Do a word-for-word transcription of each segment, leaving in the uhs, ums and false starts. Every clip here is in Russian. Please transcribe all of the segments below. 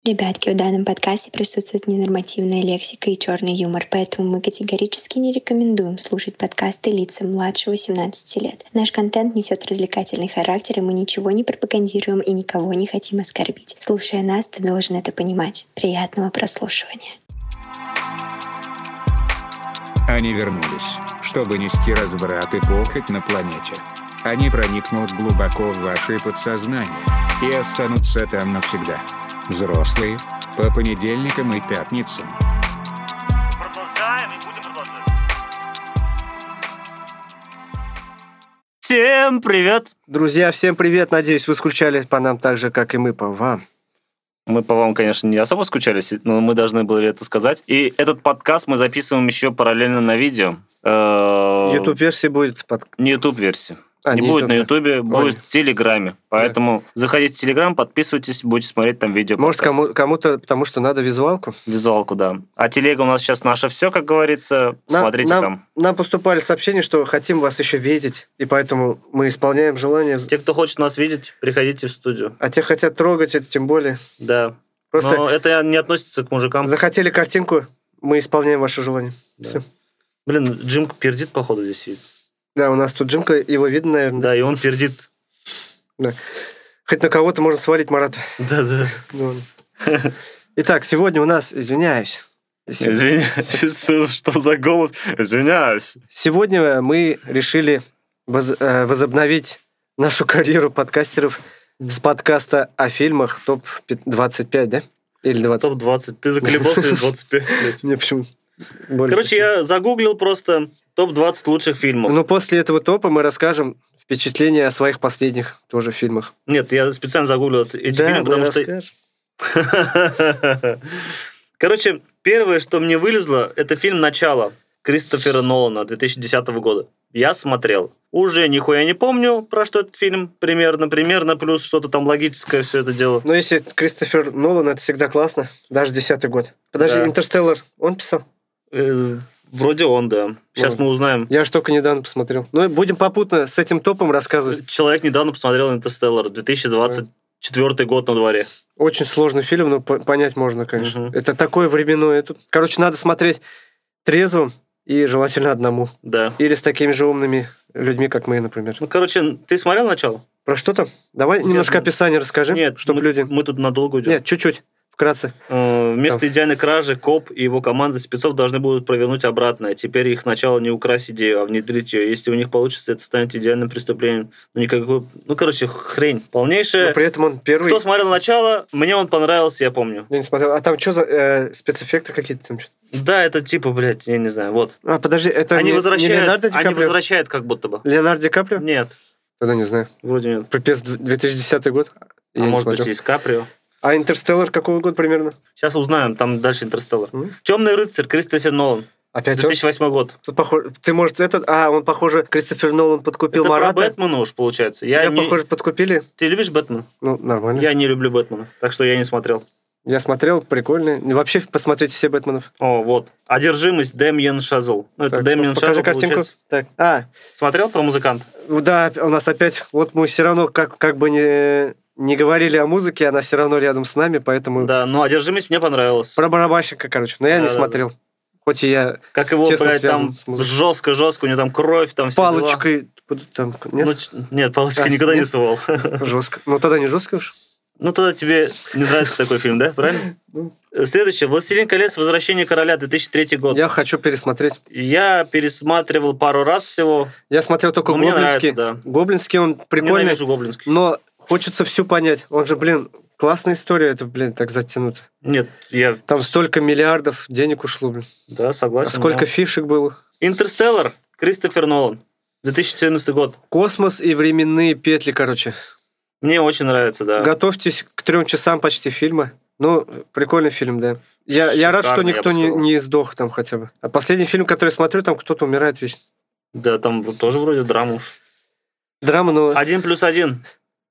Ребятки, в данном подкасте присутствует ненормативная лексика и черный юмор, поэтому мы категорически не рекомендуем слушать подкасты лицам младше восемнадцати лет. Наш контент несет развлекательный характер, и мы ничего не пропагандируем и никого не хотим оскорбить. Слушая нас, ты должен это понимать. Приятного прослушивания. Они вернулись, чтобы нести разврат и похоть на планете. Они проникнут глубоко в ваше подсознание и останутся там навсегда. Взрослые по понедельникам и пятницам. Продолжаем и будем продолжать. Всем привет! Друзья, всем привет! Надеюсь, вы скучали по нам так же, как и мы по вам. Мы по вам, конечно, не особо скучали, но мы должны были это сказать. И этот подкаст мы записываем еще параллельно на видео. YouTube-версия будет? Под... Не YouTube-версия. А, не, не будет YouTube. На Ютубе, будет в Телеграме. Поэтому да. Заходите в Телеграм, подписывайтесь, будете смотреть там видео. Может, кому- кому-то, потому что надо визуалку? Визуалку, да. А телега у нас сейчас наше все, как говорится. Нам, Смотрите нам, там. Нам поступали сообщения, что хотим вас еще видеть, и поэтому мы исполняем желание. Те, кто хочет нас видеть, приходите в студию. А те хотят трогать, это тем более. Да. Просто но это не относится к мужикам. Захотели картинку, мы исполняем ваше желание. Да. Все. Блин, Джимка пердит, походу, здесь сидит. Да, у нас тут Джимка, его видно, наверное. Да, и он пердит. Да. Хоть на кого-то можно свалить, Марат. Да, да. Итак, сегодня у нас, извиняюсь. Извиняюсь, что за голос? Извиняюсь. Сегодня мы решили воз, э, возобновить нашу карьеру подкастеров с подкаста о фильмах топ двадцать пять, да? Или двадцать? топ двадцать. Ты заколебался или двадцать пять, блядь? Мне почему? Короче, я загуглил просто топ двадцать лучших фильмов. Ну, после этого топа мы расскажем впечатления о своих последних тоже фильмах. Нет, я специально загуглил эти да, фильмы, потому что... Короче, первое, что мне вылезло, это фильм «Начало» Кристофера Нолана две тысячи десятого года. Я смотрел. Уже нихуя не помню, про что этот фильм примерно, примерно, плюс что-то там логическое, все это дело. Но если Кристофер Нолан, это всегда классно. Даже десятый год. Подожди, да. «Интерстеллар» он писал? Вроде он, да. Сейчас ну, мы узнаем. Я же только недавно посмотрел. Ну, будем попутно с этим топом рассказывать. Человек недавно посмотрел «Интерстеллар», две тысячи двадцать четвёртый год на дворе. Очень сложный фильм, но понять можно, конечно. Угу. Это такое временное. Короче, надо смотреть трезвым и желательно одному. Да. Или с такими же умными людьми, как мы, например. Ну, короче, ты смотрел «Начало»? Про что там? Давай Нет, немножко описание расскажи. Нет, чтобы мы, люди... мы тут надолго уйдем. Нет, чуть-чуть. Вкратце. Вместо там. идеальной кражи коп и его команда спецов должны будут провернуть обратное. Теперь их начало не украсть идею, а внедрить ее. Если у них получится, это станет идеальным преступлением. Ну, никакой... ну короче, хрень. Полнейшая. Но при этом он первый... Кто смотрел «Начало», мне он понравился, я помню. Я не смотрел. А там что за э, спецэффекты какие-то там? Да, это типа, блядь, я не знаю, вот. А, подожди, это они не, возвращают, не Леонардо Ди Каприо? Они возвращают как будто бы. Леонардо Ди Каприо? Нет. Тогда не знаю. Вроде нет. Пипец, две тысячи десятый год? А может быть, и с Каприо. А «Интерстеллар» какого года примерно? Сейчас узнаем, там дальше «Интерстеллар». Mm-hmm. «Темный рыцарь» Кристофер Нолан. Опять две тысячи восьмой год. Тут похоже... Ты, может, этот... А, он, похоже, Кристофер Нолан подкупил это Марата. Это про Бэтмена уж, получается. Тебя, я не... похоже, подкупили. Ты любишь Бэтмена? Ну, нормально. Я не люблю Бэтмена, так что я не смотрел. Я смотрел, прикольно. Вообще, посмотрите все Бэтменов. О, вот. «Одержимость» Дэмиен Шазел. Ну, это Дэмиен Шазел, Шазел, картинку. Получается. Так. А. Смотрел про музыканта? Да, у нас опять... Вот мы все равно как, как бы не... Не говорили о музыке, она все равно рядом с нами, поэтому... Да, но «Одержимость» мне понравилась. Про барабанщика, короче. Но я да, не да, смотрел. Да. Хоть и я... Как его, блядь, там жестко-жестко, у него там кровь, там все палочкой... Там, нет? Ну, нет, палочкой а, никогда нет? не сувал. Жестко. Ну, тогда не жестко уж. Ну, тогда тебе не нравится такой фильм, да? Правильно? Следующее. «Властелин колец. Возвращение короля», две тысячи третий год. Я хочу пересмотреть. Я пересматривал пару раз всего. Я смотрел только но «Гоблинский». Мне нравится, да. «Гоблинский», он прикольный. Ненавижу «Гоблинский». Но хочется всю понять. Он же, блин, классная история. Это, блин, так затянуто. Нет, я... Там столько миллиардов денег ушло, блин. Да, согласен. А сколько да. фишек было. «Интерстеллар», Кристофер Нолан, две тысячи четырнадцатый год. Космос и временные петли, короче. Мне очень нравится, да. Готовьтесь к трем часам почти фильма. Ну, прикольный фильм, да. Я, я рад, что никто не, не сдох там хотя бы. А последний фильм, который я смотрю, там кто-то умирает вечно. Да, там тоже вроде драма уж. Драма, но... Один плюс один.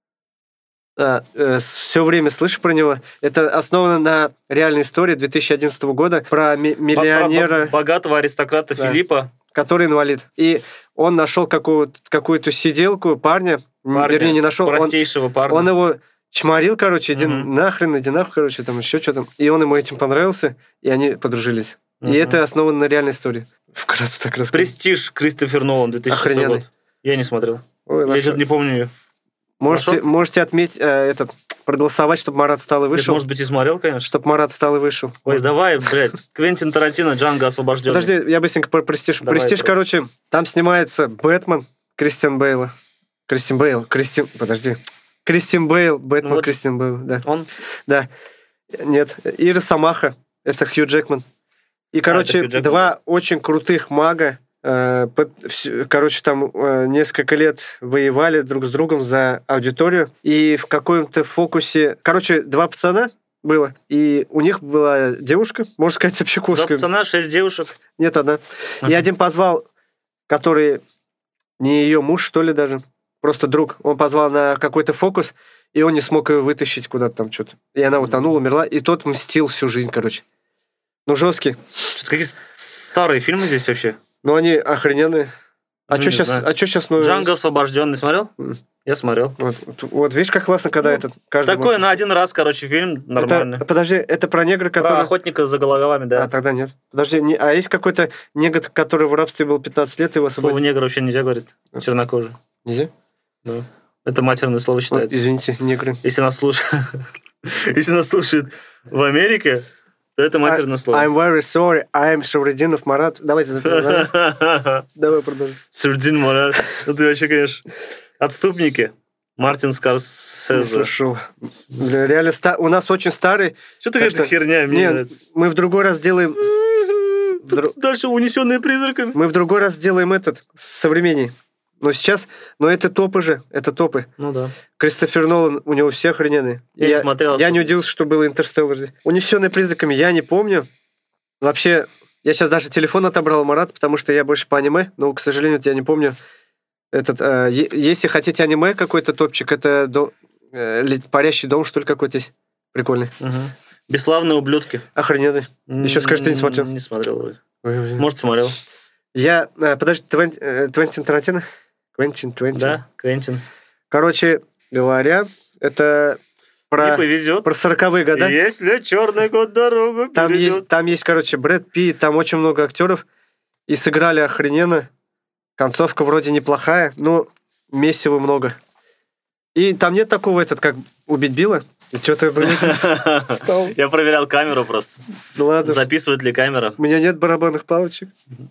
А, э, все время слышу про него. Это основано на реальной истории две тысячи одиннадцатого года про ми- миллионера... Богатого аристократа да. Филиппа. Который инвалид. И он нашел какую-то, какую-то сиделку парня, парня, вернее, не нашел. Простейшего он, парня. Он его чморил, короче, иди Мгм. нахрен, иди нахуй, короче, там еще что-то. И он ему этим понравился, и они подружились. Мгм. И это основано на реальной истории. Вкратце так рассказать. «Престиж» Кристофер Нолан, две тысячи шестой Охрененный. год. Я не смотрел. Ой, Я наш- что-то не помню ее. можете, Хорошо. можете отметить, э, этот, проголосовать, чтобы Марат встал и Нет, вышел. может быть, и смотрел, конечно. Чтобы Марат встал и вышел. Ой, давай, блядь. Квентин Тарантино, «Джанго освобожденный». Подожди, я быстренько про «Престиж». Давай, «Престиж», просто. короче, там снимается Бэтмен Кристиан Бейла. Кристиан Бейл. Кристиан... Подожди. Кристиан Бейл. Бэтмен Ну вот. Кристиан Бейл, да. Он? Да. Нет. И Росомаха. Это Хью Джекман. И, короче, Хью Джекман, два очень крутых мага. э, под- вс- Короче, там э, несколько лет воевали друг с другом за аудиторию. И в каком-то фокусе... Короче, два пацана было. И у них была девушка, можно сказать, Два общаковская. пацана, шесть девушек. Нет, одна. И Ага. один позвал, который не ее муж, что ли, даже, просто друг. Он позвал на какой-то фокус, и он не смог ее вытащить куда-то там что-то. И она утонула, умерла, и тот мстил всю жизнь, короче. Ну, жесткий. Что-то какие с- старые фильмы здесь вообще. Но они охрененные. А Ну, что не сейчас? знаю. А что сейчас? Ну, «Джанго освобожденный» смотрел? Мгм. Я смотрел. вот, вот, вот, видишь, как классно, когда Ну, этот каждый Такое может- на один раз, короче, фильм нормальный. Это, подожди, это про негра, Про который... охотника за головами, да. А, тогда нет. Подожди, не- а есть какой-то негр, который в рабстве был пятнадцать лет, его Слово освободили? «негр» вообще нельзя говорить. Чернокожий. Нельзя? Да. Это матерное слово Вот, считается. извините, негры. Если нас слушают, если нас слушают в Америке, то это матерное слово. I'm very sorry, I'm Шавридинов Марат. Давай ты например, давай. Давай продолжим. Сурдин Марат. Ну ты вообще, конечно, отступники. Мартин Не Скорсезе. слышал. Бля, реально, ста- у нас очень старый. Что ты какая-то Как-то- херня, мне не Нет, нравится. мы в другой раз сделаем... Тут Дру- дальше унесенные призраками. Мы в другой раз сделаем этот, современней. Но сейчас... Но это топы же, это топы. Ну да. Кристофер Нолан, у него все охрененные. Я не смотрел Я особо. не удивился, что было «Интерстеллар» здесь. «Унесенные призраками» я не помню. Вообще, я сейчас даже телефон отобрал у Марата, потому что я больше по аниме, но, к сожалению, вот я не помню. Этот, э, е- если хотите аниме какой-то топчик, это до- э, ли- «Парящий дом», что ли, какой-то есть. Прикольный. Мгм. «Бесславные ублюдки». Охрененный. Еще скажи, ты не смотрел. Не смотрел. вроде. Ой, Может, смотрел. Я... э, подожди, Твен- э, Твентин Тарантино? Квентин, Твентин. Да, Квентин. Короче говоря, это Не про, повезет. про сороковые года. Если черный кот дорогу Там перейдет. есть, там есть, короче, Брэд Питт, там очень много актеров. И сыграли охрененно. Концовка вроде неплохая, но месива много. И там нет такого, этот, как убить Билла. И что-то, блин, стал. Я проверял камеру просто. Ну ладно. Записывает ли камера. У меня нет барабанных палочек.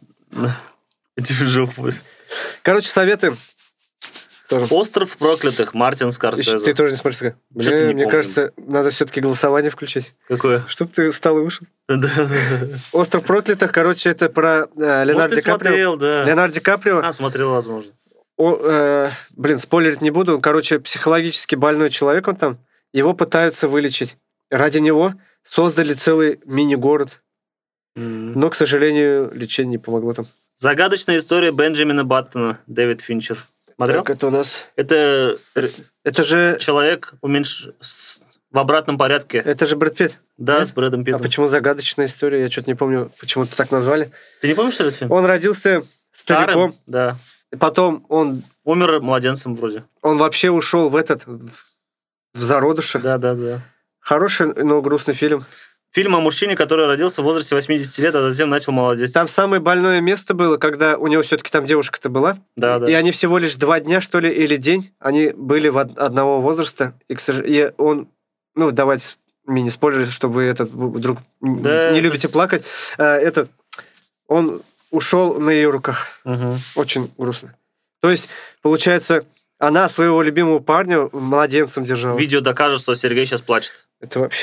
Иди в жопу. Короче, советуем. Тоже. «Остров проклятых», Мартин Ты Скорсезе. тоже не смотришь. Что-то Бля, не мне помню. кажется, надо все-таки голосование включить. Какое? Чтоб ты встал и вышел. Да, да, да. «Остров проклятых», короче, это про э, Леонардо Может, ты Ди Каприо. смотрел, да. Леонардо Ди Каприо. А, смотрел, возможно. О, э, блин, спойлерить не буду. Короче, психологически больной человек он там. Его пытаются вылечить. Ради него создали целый мини-город. М. Но, к сожалению, лечение не помогло там. «Загадочная история Бенджамина Баттона», Дэвид Финчер. Смотрел? Так, это у нас... Это р- Это же... человек уменьш... с- в обратном порядке. Это же Брэд Питт. Да, нет? с Брэдом А Питтом. почему загадочная история? Я что-то не помню, почему-то так назвали. Ты не помнишь, что это фильм? Он родился стариком. Старым? Да. И потом он, Умер младенцем вроде. он вообще ушел в этот... В, в зародышах. Да, да, да. Хороший, но грустный фильм. Фильм о мужчине, который родился в возрасте восьмидесяти лет, а затем начал молодеть. Там самое больное место было, когда у него все-таки там девушка-то была. Да, да. И они всего лишь два дня, что ли, или день, они были в од- одного возраста. И, к сож- и он, ну, давайте мини-спойлеры, чтобы вы этот вдруг н- Да, не это любите с- плакать. А, этот, он ушел на ее руках. Мгм. Очень грустно. То есть, получается, она своего любимого парня младенцем держала. Видео докажет, что Сергей сейчас плачет. Это вообще...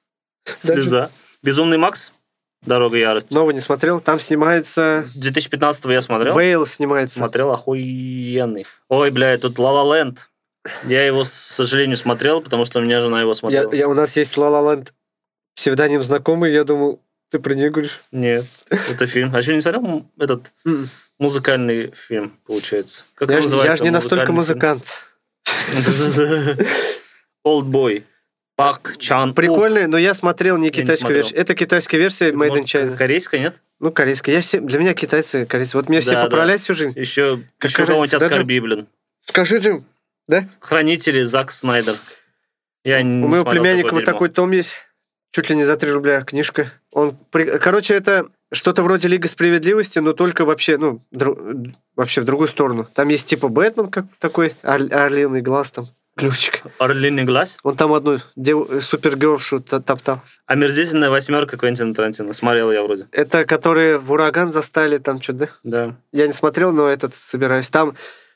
Слеза. «Безумный Макс», «Дорога ярости». Снова не смотрел. Там снимается... две тысячи пятнадцатого я смотрел. Бейл снимается. Смотрел, охуенный. Ой, бля, тут «Ла Ла Ленд». Я его, к сожалению, смотрел, потому что у меня жена его Я, смотрела. я- у нас есть Ла Ла Ленд псевдоним знакомый, я думал, ты про нее говоришь. Нет, это фильм. А что, не смотрел м- этот М-м. музыкальный фильм, получается? Как Я, он ж- называется? я же не настолько музыкальный музыкант. фильм? «Олдбой». Пак Чан. Прикольный, но я смотрел не не китайскую смотрел. версию. Это китайская версия Made in Может, China. корейская, нет? Ну, корейская. Я все, для меня китайцы, корейцы. Вот меня все Да, поправляют всю жизнь. Еще, Какая еще кого-нибудь разница, да, оскорби, блин. Скажи, Джим, да? «Хранители» Зак Снайдер. Я не У моего смотрел племянника такое вот дерьмо. такой том есть, чуть ли не за три рубля книжка. Он, при- короче, это что-то вроде Лига Справедливости, но только вообще, ну, дру- вообще в другую сторону. Там есть типа Бэтмен, как такой, ор- орлиный глаз там, ключик. Орлиный глаз. Он там одну дев- супергершу та- топтал. Омерзительная восьмерка Квентина Тарантино. Смотрел я вроде. Это которые в ураган застали, там что-то, да? Да. Я не смотрел, но этот собираюсь. Там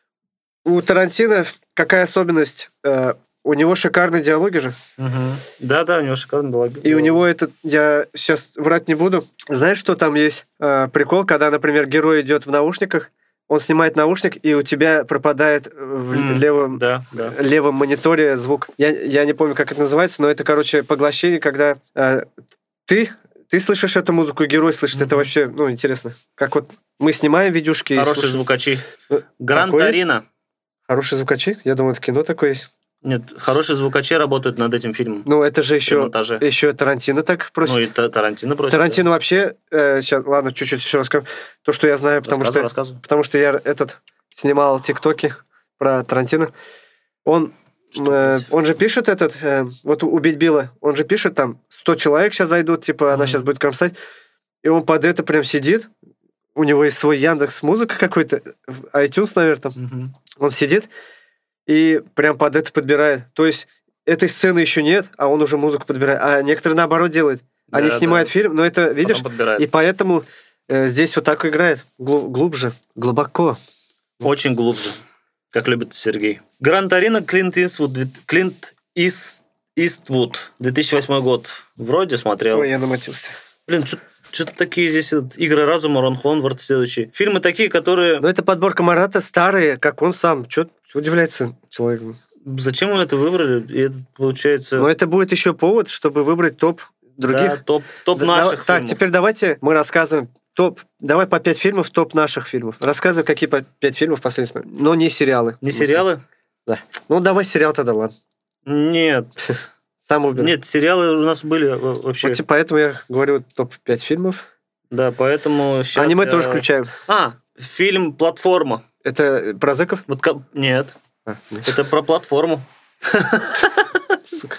у Тарантино какая особенность? Э, у него шикарные диалоги же. Да-да, у него шикарный диалог. И у него этот, я сейчас врать не буду. Знаешь, что там есть э, прикол, когда, например, герой идет в наушниках, он снимает наушник, и у тебя пропадает в М, левом, Да, да. левом мониторе звук. Я, я не помню, как это называется, но это, короче, поглощение, когда э, ты, ты слышишь эту музыку, и герой слышит. Мгм. Это вообще, ну, интересно. Как вот мы снимаем видюшки. и Хорошие слушаем. звукачи. Ну, Гран такое есть? Торино. Хорошие звукачи? Я думаю, это кино такое есть. Нет, хорошие звукачи работают над этим фильмом. Ну, это же При еще, монтаже. еще Тарантино так просит. Ну и Та- Тарантино просит. Тарантино вообще, э, сейчас, ладно, чуть-чуть еще расскажу. То, что я знаю, потому Рассказывай, что, рассказывай. потому что я этот снимал тиктоки про Тарантино. Он, Что э, здесь? он же пишет этот, э, вот «Убить Билла», он же пишет там, сто человек сейчас зайдут, типа, она Мгм. сейчас будет кромсать. И он под это прям сидит, у него есть свой Яндекс Музыка какой-то, в iTunes, наверное, там. Мгм. Он сидит и прям под это подбирает. То есть этой сцены еще нет, а он уже музыку подбирает. А некоторые наоборот делают. Они Да, снимают да. фильм, но это, видишь, Потом подбирает. и поэтому э, здесь вот так играет. Глу- глубже, глубоко. Очень глубже, как любит Сергей. Гран Торино, Клинт Иствуд, две- Клинт Ис- Иствуд, две тысячи восьмой год. Вроде смотрел. Ой, я намочился. Блин, что-то такие здесь этот, «Игры разума», Рон Хонвард следующий. Фильмы такие, которые... Но это подборка Марата старые, как он сам. Что удивляется человек? Зачем мы это выбрали? И это получается... Но это будет еще повод, чтобы выбрать топ да, других. топ, топ Да, наших Так, фильмов. теперь давайте мы рассказываем топ. Давай по пять фильмов, топ наших фильмов. Рассказывай, какие по пять фильмов последний смотрел. Но не сериалы. Не сериалы? Да. Ну, давай сериал тогда, ладно. Нет. Сам убери. Нет, сериалы у нас были во- вообще. Вот, типа, поэтому я говорю топ пять фильмов. Да, поэтому сейчас... Аниме я- тоже включаем. А, фильм «Платформа». Это про зэков? Вот как... Нет, А, нет. это про платформу. Сука.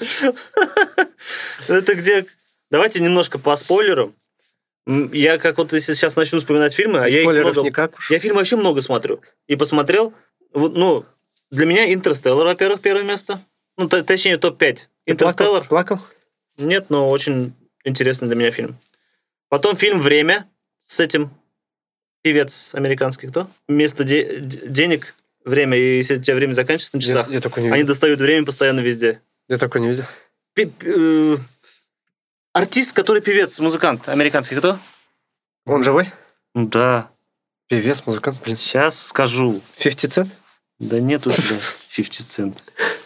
Это где... Давайте немножко по спойлерам. М, Я как вот если сейчас начну вспоминать фильмы, а я их Спойлеров много... никак уж. Я фильмы вообще много смотрю. И посмотрел... вот, Ну, для меня «Интерстеллар», во-первых, первое место. Ну, т- точнее, топ пять. Ты плакал? «Интерстеллар». Плакал? Нет, но очень интересный для меня фильм. Потом фильм «Время» с этим певец американский, кто? Вместо де- д- денег время, и если у тебя время заканчивается на часах, Я, я такой не они видел. достают время постоянно везде. Я такой не видел. Пи- пи- э, Артист, который певец, музыкант американский, кто? Он живой? Ну да, Певец, музыкант, блин. сейчас скажу. фифти Cent? Да нету тебя фифти Cent.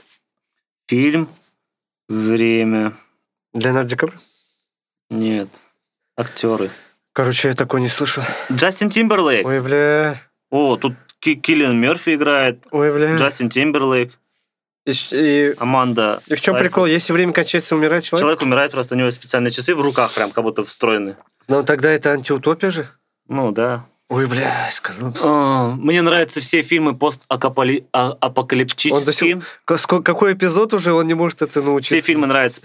Фильм «Время». Леонардо Ди Каприо? Нет. Актеры. Короче, я такой не слышал. Джастин Тимберлейк. Ой, бля. О, тут Ки- Киллиан Мерфи играет. Ой, бля. Джастин Тимберлейк. И, и- Аманда. и в чем Сайфред. прикол? Если время кончается, умирает человек? Человек умирает, просто у него специальные часы в руках, прям как будто встроены. Но тогда это антиутопия же? Ну да. Ой, бля, сказал. бы. А, Мне нравятся все фильмы Он до постапокалиптические. Ка- ско- Какой эпизод уже он не может это научиться? Все фильмы нравятся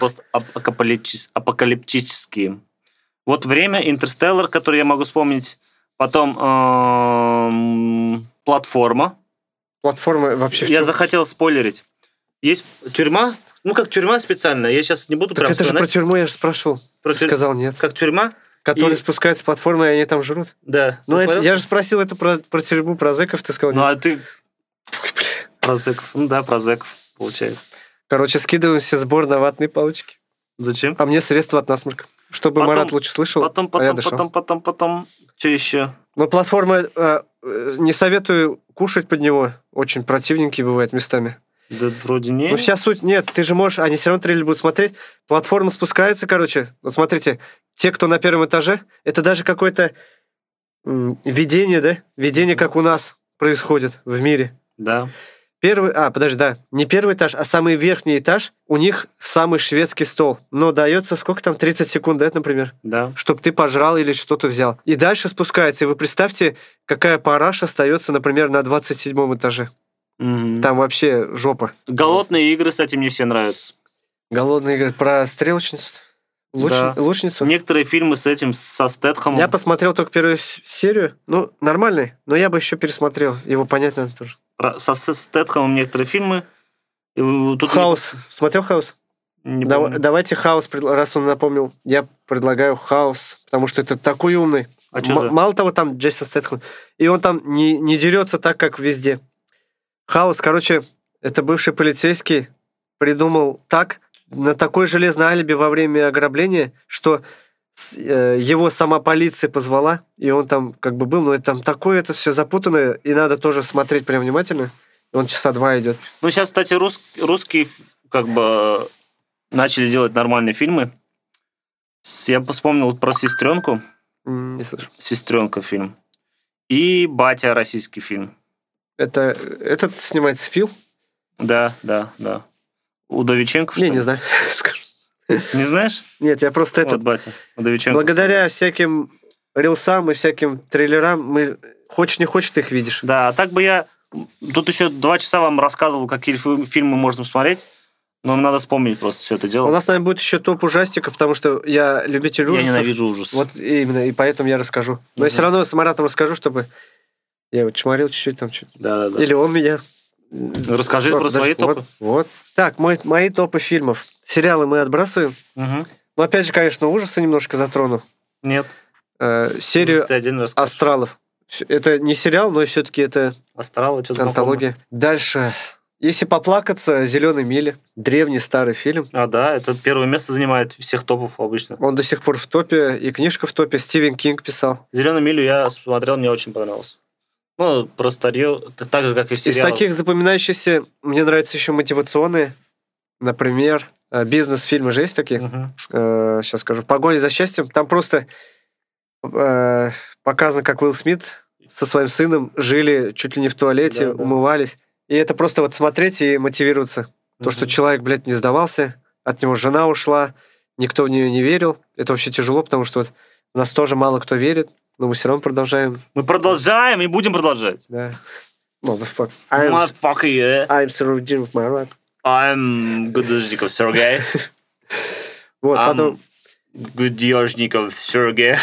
постапокалиптические. Вот «Время», «Интерстеллар», который я могу вспомнить. Потом эм, «Платформа». Платформа вообще в Я чём? захотел спойлерить. Есть тюрьма, ну как тюрьма специальная. Я сейчас не буду Так прям это же про вспоминать. тюрьму, я же спрашивал. Про Ты тюр- сказал нет. Как тюрьма? Которые И- спускаются с платформы, и они там жрут. Да. Ну, Ты это- смотрел? я же спросил это про, про тюрьму, про зэков, ты сказал Ну, нет. а ты... Про зэков. Ну да, про зэков, получается. Короче, скидываем все сбор на ватные палочки. Зачем? А мне средства от насморка. Чтобы Потом- Марат лучше слышал, Потом, а я потом, дышал. потом, потом, потом. Что еще? Но платформа, э, э, не советую кушать под него. Очень противненький бывает местами. Да вроде не. Ну, вся суть... Нет, ты же можешь... Они все равно трейлер будут смотреть. Платформа спускается, короче. Вот смотрите, те, кто на первом этаже, это даже какое-то м, видение, да? Видение, как у нас происходит в мире. Да. Первый... А, подожди, да. Не первый этаж, а самый верхний этаж. У них самый шведский стол. Но дается сколько там? тридцать секунд, да, например? Да. Чтобы ты пожрал или что-то взял. И дальше спускается. И вы представьте, какая параша остается, например, на двадцать седьмом этаже. Мгм. Там вообще жопа. Голодные игры, кстати, мне все нравятся. Голодные игры про стрелочницу. Луч... Да. Лучницу. Некоторые фильмы с этим, со Стэтхэмом. Я посмотрел только первую серию. Ну, нормальный, но я бы еще пересмотрел. Его понять надо тоже. Про... Со Стэтхэмом некоторые фильмы. И тут Хаус. Не... Смотрел Хаус? Не Да, помню. давайте Хаус, раз он напомнил. Я предлагаю Хаус, потому что это такой умный. А что М- за... Мало того, там Джейсон Стэтхэм. И он там не, не дерется так, как везде. Хаус, короче, это бывший полицейский придумал так, на такое железное алиби во время ограбления, что с, э, его сама полиция позвала, и он там как бы был, но это, там такое это все запутанное, и надо тоже смотреть прям внимательно. Он часа два идет. Ну, сейчас, кстати, рус... русские как бы начали делать нормальные фильмы. Я вспомнил про «Сестренку». Не слышу. «Сестренка» фильм. И «Батя» российский фильм. Это этот снимается Фил? Да, да, да. Удовиченко, что Не, ли? не знаю. Скажу. Не знаешь? Нет, я просто Вот, этот... батя. Удовиченко. Благодаря всяким рилсам и всяким трейлерам мы хочешь не хочешь, ты их видишь. Да, а так бы я... Тут еще два часа вам рассказывал, какие фи- фильмы можно посмотреть. Но надо вспомнить просто все это дело. У нас, наверное, будет еще топ ужастиков, потому что я любитель ужасов. Я ненавижу ужасы. Вот именно, и поэтому я расскажу. Но я все равно с Маратом расскажу, чтобы я вот чморил чуть-чуть там что-то. Да, да, да. Или он меня... Расскажи Вот, про свои вот, топы. Вот. Так, мой, мои топы фильмов. Сериалы мы отбрасываем. Угу. Но опять же, конечно, ужасы немножко затрону. Нет. Э, серию Ты один раз. «Астралов». Это не сериал, но все-таки это Астрал, что-то антология. Дальше. Если поплакаться, «Зеленые мили». Древний старый фильм. А, да, это первое место занимает всех топов обычно. Он до сих пор в топе, и книжка в топе. Стивен Кинг писал. «Зеленую милю» я смотрел, мне очень понравилось. Ну, про старье, так же, как и Из сериал. таких запоминающихся мне нравятся еще мотивационные. Например, э, бизнес-фильмы же есть такие. Мгм. Э, Сейчас скажу. «Погоня за счастьем». Там просто э, показано, как Уилл Смит со своим сыном жили чуть ли не в туалете, Да, да. умывались. И это просто вот смотреть и мотивироваться. То, что Мгм. человек, блядь, не сдавался, от него жена ушла, никто в нее не верил. Это вообще тяжело, потому что вот в нас тоже мало кто верит, но мы все равно продолжаем. Мы продолжаем и будем продолжать. Да. Motherfucker. I'm, Motherfucker, yeah. I'm surrounded with my rap. I'm Гудожников Сергей. Вот, I'm потом Гудежников Сергей.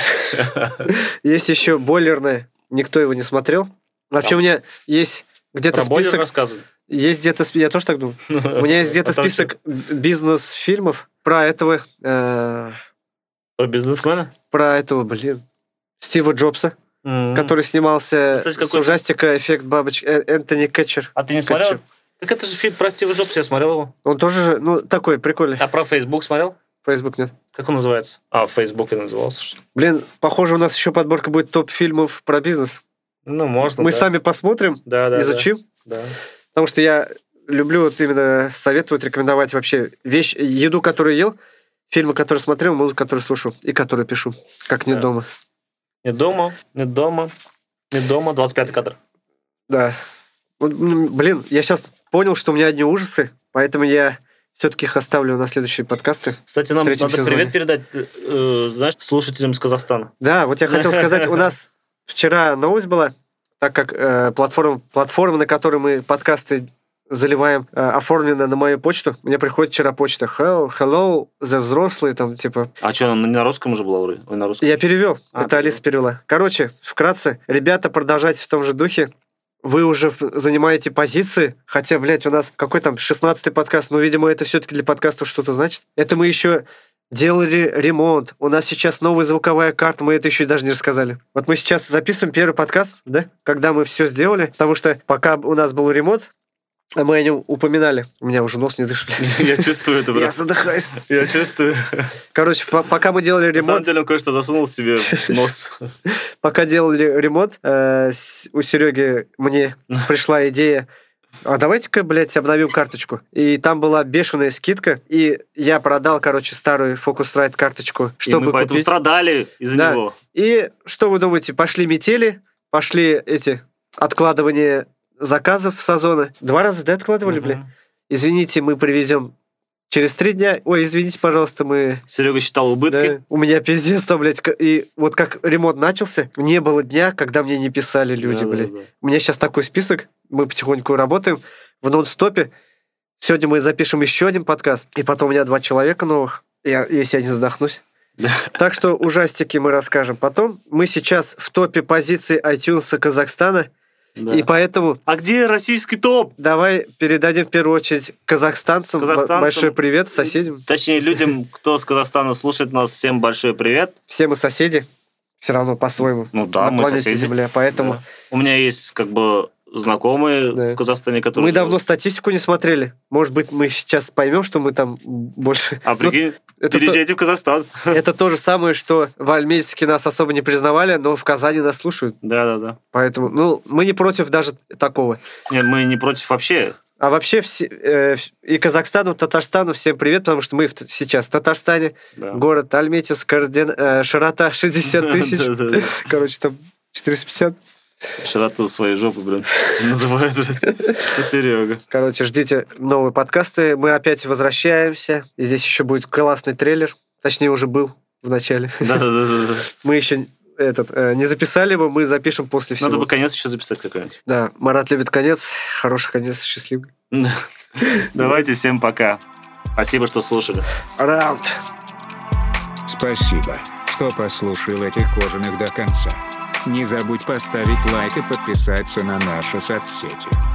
есть еще бойлерное. Никто его не смотрел. Вообще у меня есть где-то Про бойлер список. рассказывай. Есть где-то... сп- Я тоже так думаю. У меня есть где-то Потом список бизнес-фильмов про этого... э, Про бизнесмена? Про этого, блин, Стива Джобса, Мгм. который снимался Кстати, с какой- ужастика «Эффект бабочки». Э, Энтони Кэтчер. А ты не смотрел? Кэтчер. Так это же фильм про Стива Джобса, я смотрел его. Он тоже, же, ну, такой прикольный. А про Facebook смотрел? Фейсбук нет. Как он называется? А, в Фейсбуке назывался, что ли? Блин, похоже, у нас еще подборка будет топ-фильмов про бизнес. Ну, можно, Мы да. сами посмотрим, Да, да, изучим. да. Потому что я люблю вот именно советовать, рекомендовать вообще вещь, еду, которую ел, фильмы, которые смотрел, музыку, которую слушал и которую пишу, как не Да. дома. Не дома, не дома, не дома. двадцать пятый кадр. Да. Вот, м, блин, я сейчас понял, что у меня одни ужасы, поэтому я все-таки их оставлю на следующие подкасты. Кстати, нам В третьем надо сезоне. привет передать, э, знаешь, слушателям из Казахстана. Да, вот я хотел сказать, у нас вчера новость была, так как э, платформа, платформа, на которой мы подкасты заливаем, э, оформлена на мою почту. Мне приходит вчера почта. Hello, hello, the взрослые, там, типа... А что, она не на русском уже была вроде? Ой, на русском. Я перевел. А, Это перевел. Алиса перевела. Короче, вкратце, ребята, продолжайте в том же духе. Вы уже в- занимаете позиции, хотя, блядь, у нас какой там шестнадцатый подкаст, ну, видимо, это все-таки для подкастов что-то значит. Это мы еще делали ремонт. У нас сейчас новая звуковая карта, мы это еще даже не рассказали. Вот мы сейчас записываем первый подкаст, да, когда мы все сделали, потому что пока у нас был ремонт, а мы о нем упоминали. У меня уже нос не дышит. Я чувствую это, Я брат. задыхаюсь. Я чувствую. Короче, по- пока мы делали На самом ремонт, деле он кое-что засунул себе в нос. пока делали ремонт, э, с- у Сереги мне пришла идея, а давайте-ка, блядь, обновим карточку. И там была бешеная скидка, и я продал, короче, старую Focusrite карточку, И чтобы мы поэтому купить. страдали из-за Да. него. И что вы думаете, пошли метели, пошли эти откладывания заказов в Сазоны. Два раза, да, откладывали, Мгм. блядь? Извините, мы привезем через три дня. Ой, извините, пожалуйста, мы... Серега считал Да, убытки. у меня пиздец там, блядь. к- И вот как ремонт начался, не было дня, когда мне не писали люди, Да, да, блядь. да. У меня сейчас такой список, мы потихоньку работаем в нон-стопе. Сегодня мы запишем еще один подкаст, и потом у меня два человека новых, я, если я не задохнусь. Так что ужастики мы расскажем потом. Мы сейчас в топе позиций iTunes Казахстана, Да. и поэтому... А где российский топ? Давай передадим в первую очередь казахстанцам, Казахстанцам. большой привет, соседям. Точнее, людям, кто с Казахстана слушает нас, всем большой привет. Все мы соседи, все равно по-своему, Ну да, на мы планете соседи. Земля, поэтому... Да. У меня есть как бы знакомые Да. в Казахстане, которые... Мы живут. давно статистику не смотрели. Может быть, мы сейчас поймем, что мы там больше... А Ну, прикинь, это, то, переезжайте в Казахстан. это то же самое, что в Альметьевске нас особо не признавали, но в Казани нас слушают. Да-да-да. Поэтому, ну, мы не против даже такого. Нет, мы не против вообще. А вообще все, э, и Казахстану, и Татарстану всем привет, потому что мы в, сейчас в Татарстане. Да. Город Альметьевск, координ, э, широта шестьдесят тысяч. Да-да-да. Короче, там четыреста пятьдесят. Широту своей жопы, блин, называют, блядь. Это Серега. Короче, ждите новые подкасты. Мы опять возвращаемся. И здесь еще будет классный трейлер. Точнее, уже был в начале. Да-да-да. Мы еще этот, э, не записали его, мы запишем после всего. Надо бы конец еще записать какой-нибудь. Да, Марат любит конец. Хороший конец, счастливый. Да. Давайте, всем пока. Спасибо, что слушали. Раунд. Спасибо, что послушал этих кожаных до конца. Не забудь поставить лайк и подписаться на наши соцсети.